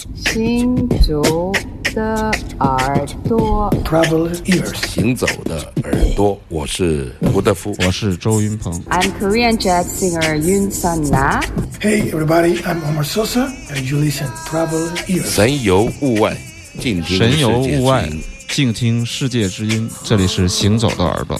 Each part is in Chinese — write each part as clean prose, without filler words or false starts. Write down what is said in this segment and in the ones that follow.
行走的耳朵 Travel ears， 行走的耳朵，我是胡德夫， 我是周云鹏。 I'm Korean jazz singer Yoon Sun Na. Hey everybody, I'm Omar Sosa, and you listen Travel ears。 神游物外，静听神游物外， 世界之音， 静听世界之音。这里是行走的耳朵。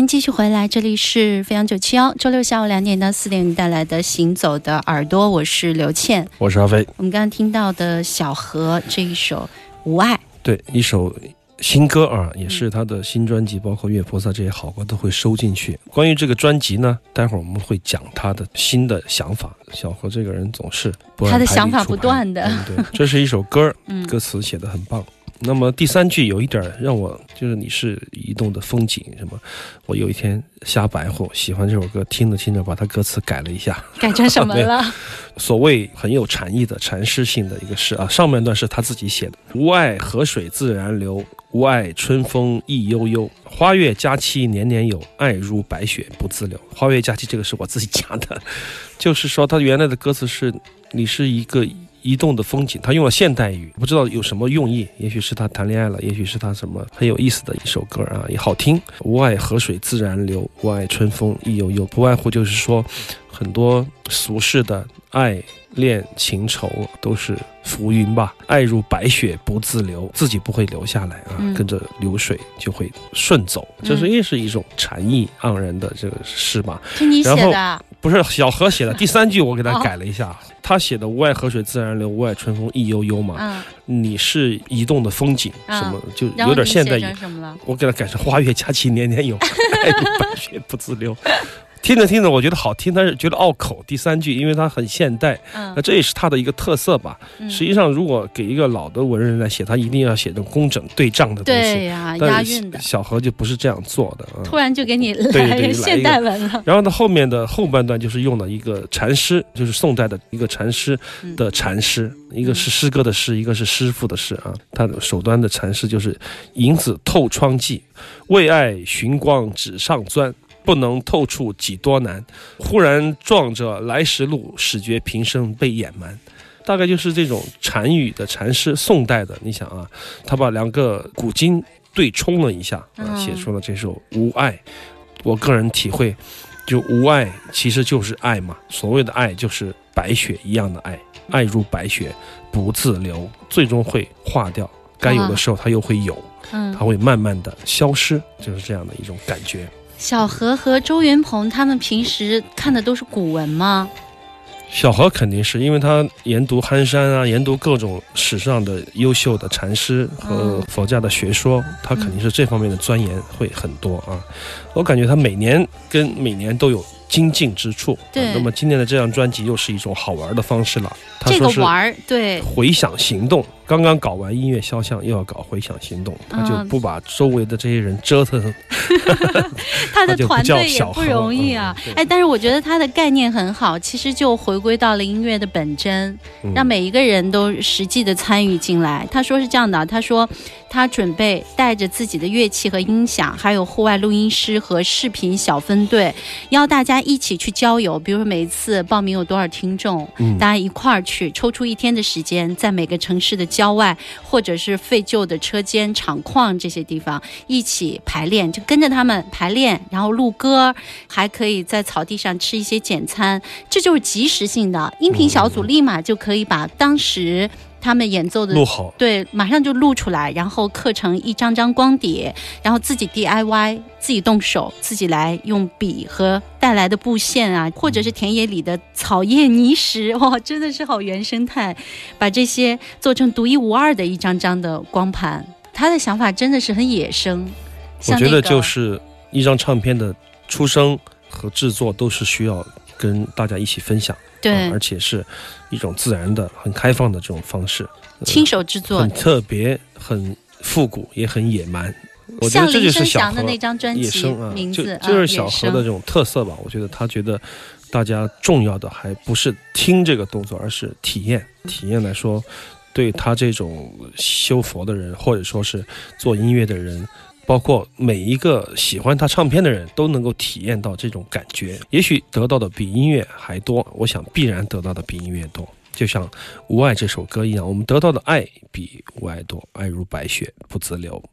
迎继续回来，这里是飞扬971，周六下午2点到4点带来的行走的耳朵，我是刘倩， 我是阿飞。 我们刚刚听到的小何这一首无爱， 对，一首新歌啊，也是他的新专辑，包括月菩萨这些好歌都会收进去。关于这个专辑呢，待会儿我们会讲他的新的想法。小何这个人总是不按牌理出牌， 他的想法不断的。 对，这是一首歌，歌词写得很棒。那么第3句有一点让我就是你是移动的风景什么，我有一天瞎白活，喜欢这首歌，听着听着把它歌词改了一下， 改成什么了？ 所谓很有禅意的禅诗性的一个诗啊，上半段是他自己写的：无爱河水自然流，无爱春风意悠悠，花月佳期年年有，爱如白雪不自流。花月佳期这个是我自己加的，就是说他原来的歌词是你是一个移动的风景，他用了现代语，不知道有什么用意，也许是他谈恋爱了，也许是他什么很有意思的一首歌啊，也好听。无爱河水自然流，无爱春风意悠悠，不外乎就是说很多俗世的爱恋情仇都是浮云吧，爱如白雪不自流，自己不会留下来啊，跟着流水就会顺走，这是也是一种禅意盎然的这个诗吧。 是你写的？ 不是，小何写的。第3句我给他改了一下，他写的无爱河水自然流，无爱春风意悠悠嘛，你是移动的风景，什么就有点现代语，我给他改成花月佳期年年有，爱如白雪不自流。听着听着我觉得好听，但是觉得拗口。第3句因为它很现代，那这也是它的一个特色吧。实际上如果给一个老的文人来写，他一定要写这种工整对仗的东西， 对呀，押韵的。 小何就不是这样做的， 突然就给你来现代文了。 然后呢，后面的后半段就是用了一个禅诗，就是宋代的一个禅诗的禅诗，一个是诗歌的诗，一个是诗赋的诗啊。他的首端的禅诗就是银子透窗记，为爱寻光纸上钻，不能透触几多难，忽然撞着来时路，始觉平生被掩瞒。大概就是这种禅语的禅诗，宋代的。你想啊，他把2个古今对冲了一下写出了这首无爱。我个人体会，就无爱其实就是爱嘛，所谓的爱就是白雪一样的爱，爱如白雪不自流，最终会化掉，该有的时候它又会有，它会慢慢的消失，就是这样的一种感觉。 小何和周云鹏他们平时看的都是古文吗？ 小何肯定是，因为他研读憨山啊，研读各种史上的优秀的禅师和佛家的学说，他肯定是这方面的钻研会很多啊。我感觉他每年跟每年都有精进之处。 对， 那么今年的这张专辑又是一种好玩的方式了。 这个玩，对， 回响行动。刚刚搞完音乐肖像，又要搞回响行动，他就不把周围的这些人折腾。 他的团队也不容易啊。但是我觉得他的概念很好，其实就回归到了音乐的本真，让每一个人都实际的参与进来。他说是这样的，他说他准备带着自己的乐器和音响，还有户外录音师和视频小分队，邀大家一起去郊游。比如说每一次报名有多少听众，大家一块儿去，抽出1天的时间，在每个城市的郊外或者是废旧的车间、厂矿这些地方一起排练，就跟着他们排练，然后录歌，还可以在草地上吃一些简餐。这就是即时性的，音频小组立马就可以把当时他们演奏的录好， 对，马上就录出来，然后刻成一张张光碟，然后自己 DIY， 自己动手，自己来用笔和带来的布线啊，或者是田野里的草叶泥石，哇，真的是好原生态，把这些做成独一无二的一张张的光盘。他的想法真的是很野生， 我觉得就是一张唱片的出生和制作都是需要跟大家一起分享， 对， 而且是一种自然的、很开放的这种方式， 亲手制作， 很特别、很复古，也很野蛮。我觉得这就是小何的那张专辑名字， 就是小何的这种特色吧。我觉得他觉得大家重要的还不是听这个动作，而是体验。体验来说，对他这种修佛的人，或者说是做音乐的人，包括每一个喜欢他唱片的人都能够体验到这种感觉，也许得到的比音乐还多，我想必然得到的比音乐多。就像《无爱》这首歌一样，我们得到的爱比无爱多，爱如白雪不自流。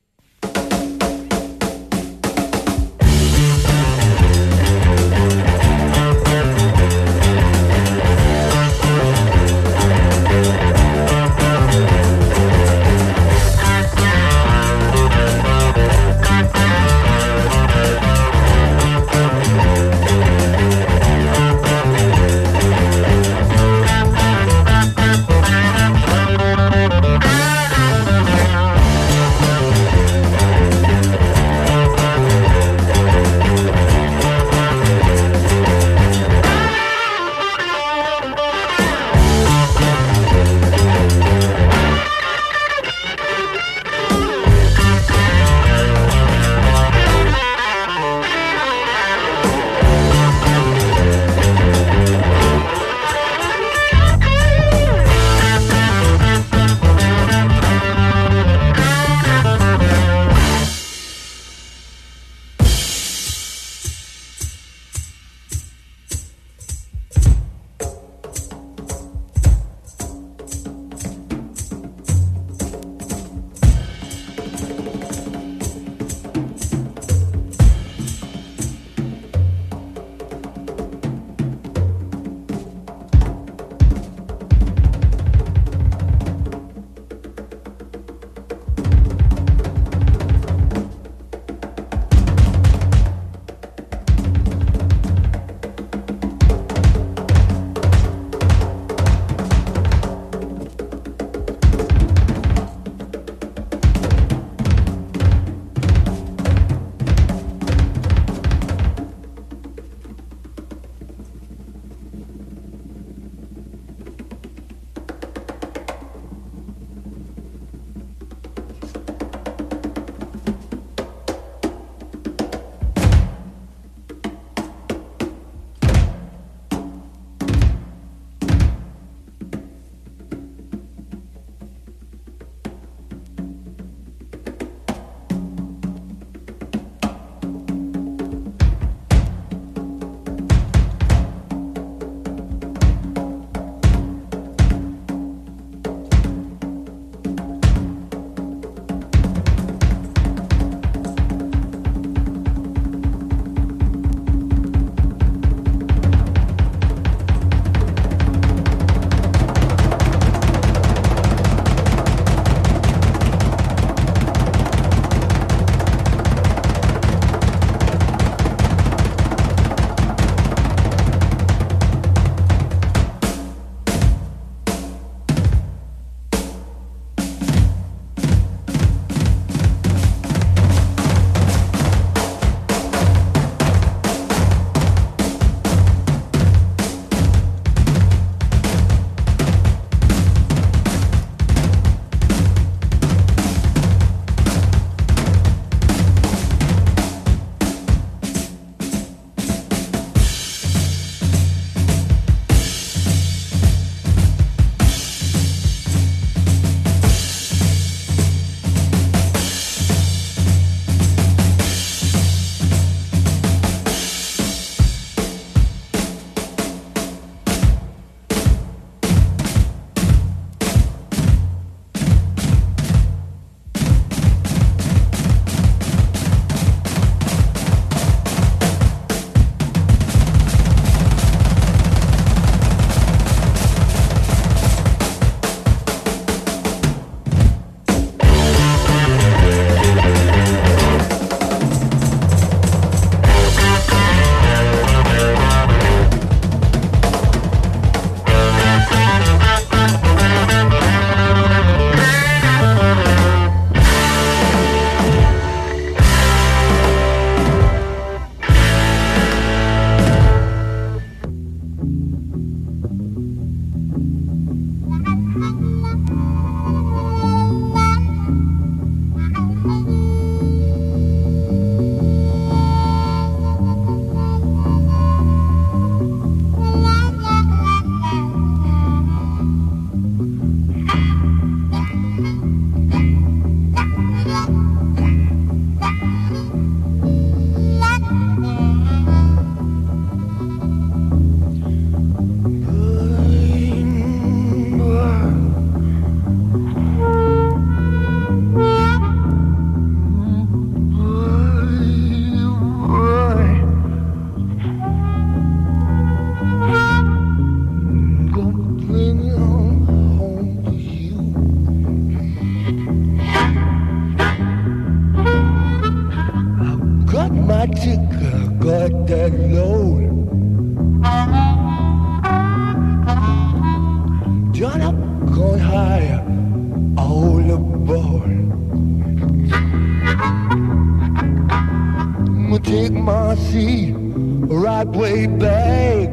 I'ma take my seat right way back.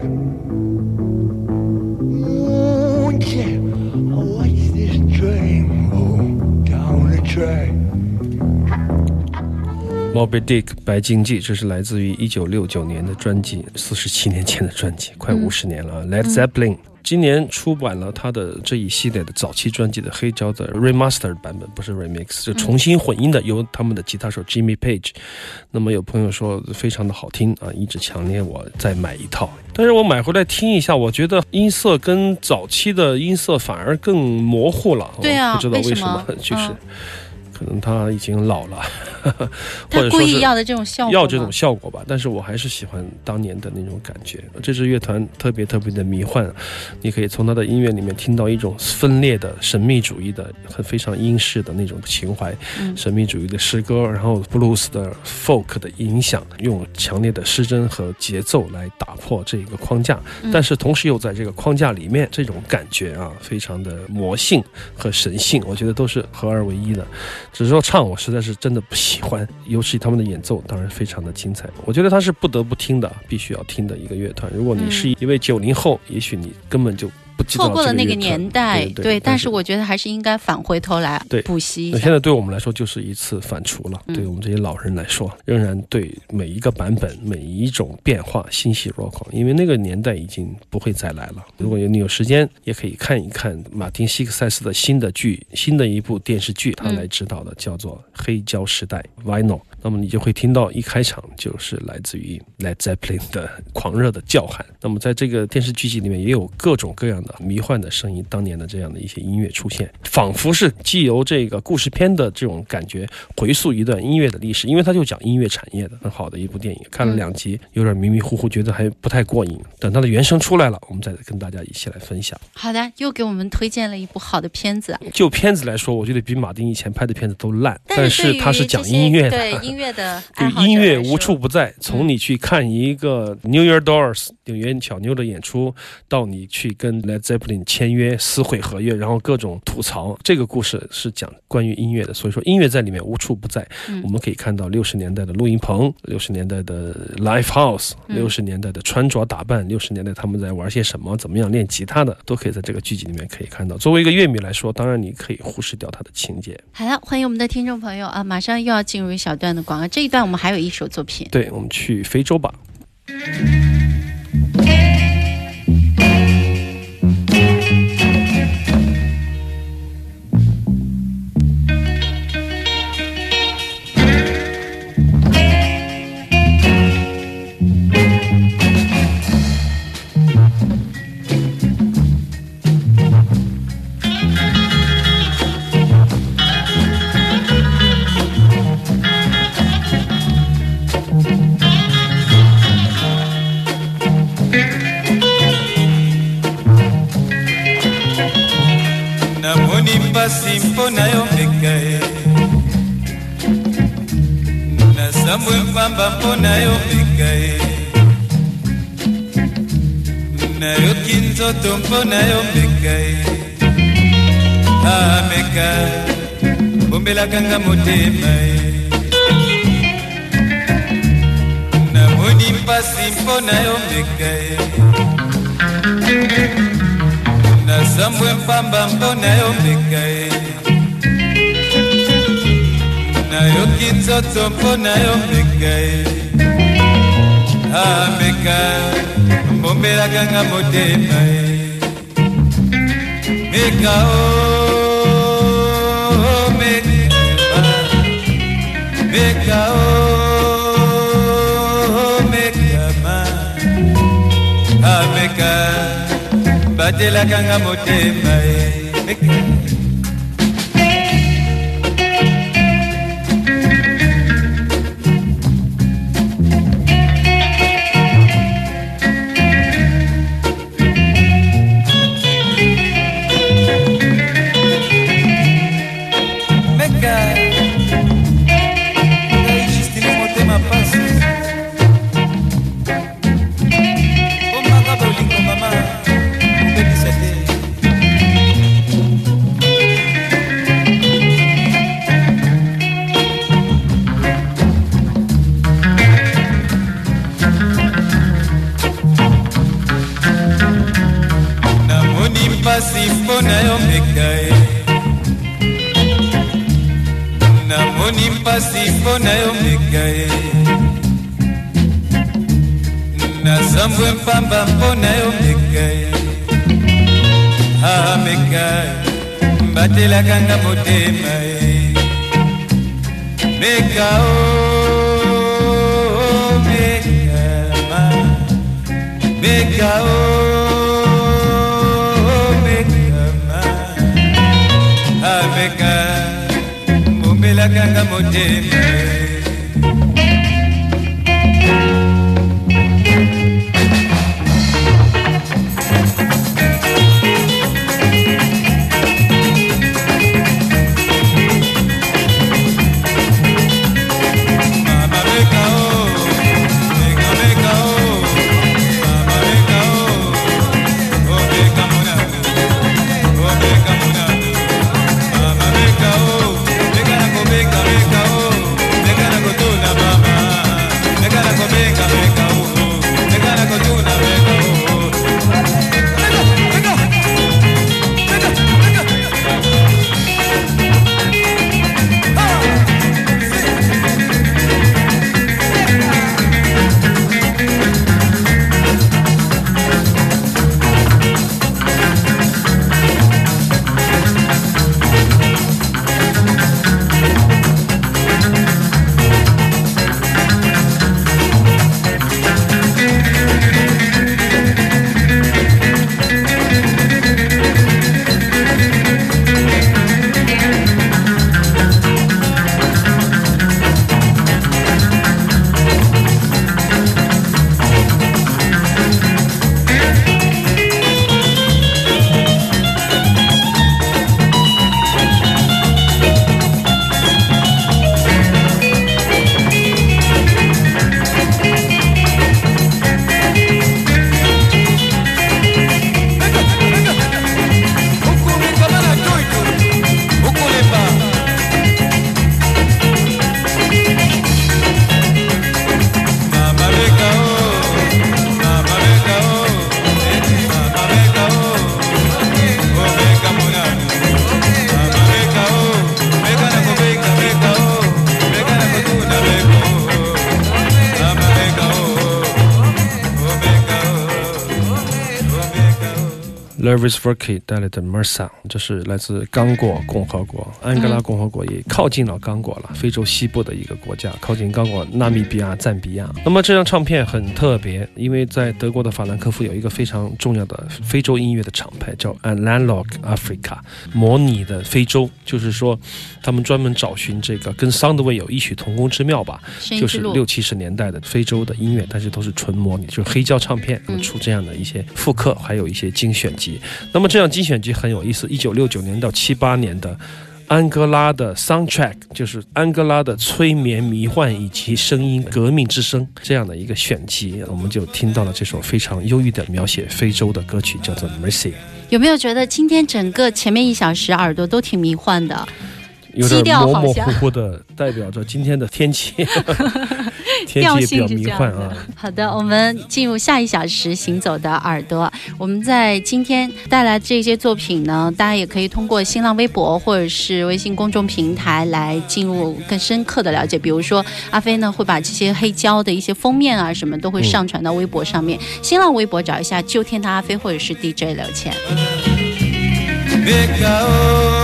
Oh yeah, watch this train go down the track. Moby Dick 白鲸记，这是来自于1969年的专辑，47年前的专辑，快50年了。Led Zeppelin 今年出版了他的这一系列的早期专辑的黑胶的 remastered 版本，不是 remix， 就重新混音的，由他们的吉他手 Jimmy Page。那么有朋友说非常的好听啊，一直强烈我再买一套。但是我买回来听一下，我觉得音色跟早期的音色反而更模糊了。 对啊， 不知道为什么，就是可能他已经老了，或者说是他故意要的这种效果， 要这种效果吧。但是我还是喜欢当年的那种感觉。这支乐团特别特别的迷幻，你可以从他的音乐里面听到一种分裂的神秘主义的、非常英式的那种情怀，神秘主义的诗歌，然后 blues 的 folk 的影响，用强烈的失真和节奏来打破这个框架，但是同时又在这个框架里面，这种感觉啊，非常的魔性和神性，我觉得都是合二为一的。只是说唱我实在是真的不喜欢，尤其他们的演奏当然非常的精彩，我觉得他是不得不听的，必须要听的一个乐团。如果你是一位90后，也许你根本就不记得错过了那个年代， 对， 但是我觉得还是应该返回头来补习一下。 现在对我们来说就是一次反刍了，对我们这些老人来说，仍然对每一个版本、每一种变化欣喜若狂，因为那个年代已经不会再来了。如果你有时间，也可以看一看马丁·西克塞斯的新的一部电视剧，他来指导的，叫做《黑胶时代》（Vinyl）。那么你就会听到一开场就是来自于 Led Zeppelin 的狂热的叫喊。那么在这个电视剧集里面也有各种各样的迷幻的声音，当年的这样的一些音乐出现，仿佛是既由这个故事片的这种感觉回溯一段音乐的历史，因为它就讲音乐产业的，很好的一部电影。看了2集，有点迷迷糊糊，觉得还不太过瘾。等它的原声出来了，我们再跟大家一起来分享。 好的，又给我们推荐了一部好的片子。就片子来说，我觉得比马丁以前拍的片子都烂，但是它是讲音乐的， 对音乐的爱好者来说， 对音乐无处不在。从你去看一个 New Year Dolls 纽约小妞的演出，到你去跟 Led Zeppelin 签约撕毁合约，然后各种吐槽，这个故事是讲关于音乐的。所以说音乐在里面无处不在，我们可以看到60年代的录音棚，60年代的 live house， 60年代的穿着打扮，60年代他们在玩些什么，怎么样练吉他的，都可以在这个剧集里面可以看到。作为一个乐迷来说，当然你可以忽视掉它的情节。 好了，欢迎我们的听众朋友啊！马上又要进入一小段的广告，这一段我们还有一首作品， 对，我们去非洲吧。 Pasi mpona yo meka ye nasambwe mpamba mpona yo meka ye nayoki nzoto mpona yo meka ye ameka bombelaka nga motema ye namoni mpasi mpona yo meka ye nasambwe mpamba mpona yo meka ye nayoki nzoto mpona yo meka ye ameka mbombelaka nga motema ye meka o mekama meka o mekama ameka batelaka nga motema ye namoni mpasi mpo na yo mekae nasambwe mpamba mpo na yo mekae mekae mbatelaka nga motema mekao mekama mekao mekama mekae mbombelaka nga motema Lervis Verkey 带来的 Mersa， 这是来自刚果共和国，安哥拉共和国也靠近了刚果了，非洲西部的一个国家，靠近刚果、纳米比亚、赞比亚。那么这张唱片很特别，因为在德国的法兰克福有一个非常重要的非洲音乐的厂牌叫 Analog Africa， 模拟的非洲，就是说他们专门找寻这个跟 Soundwave 有异曲同工之妙吧，就是60、70年代的非洲的音乐，但是都是纯模拟，就是黑胶唱片出这样的一些复刻，还有一些精选集。那么这样精选集很有意思，1969年到78年的安哥拉的 soundtrack， 就是安哥拉的催眠迷幻以及声音革命之声这样的一个选集，我们就听到了这首非常忧郁的描写非洲的歌曲，叫做 Mercy。 有没有觉得今天整个前面1小时耳朵都挺迷幻的， 有点模模糊糊的代表着今天的天气天气也比较迷幻啊。 好的，我们进入下1小时行走的耳朵。我们在今天带来这些作品呢，大家也可以通过新浪微博或者是微信公众平台来进入更深刻的了解。比如说阿飞呢会把这些黑胶的一些封面啊什么都会上传到微博上面，新浪微博找一下就天堂阿飞或者是 DJ 刘谦。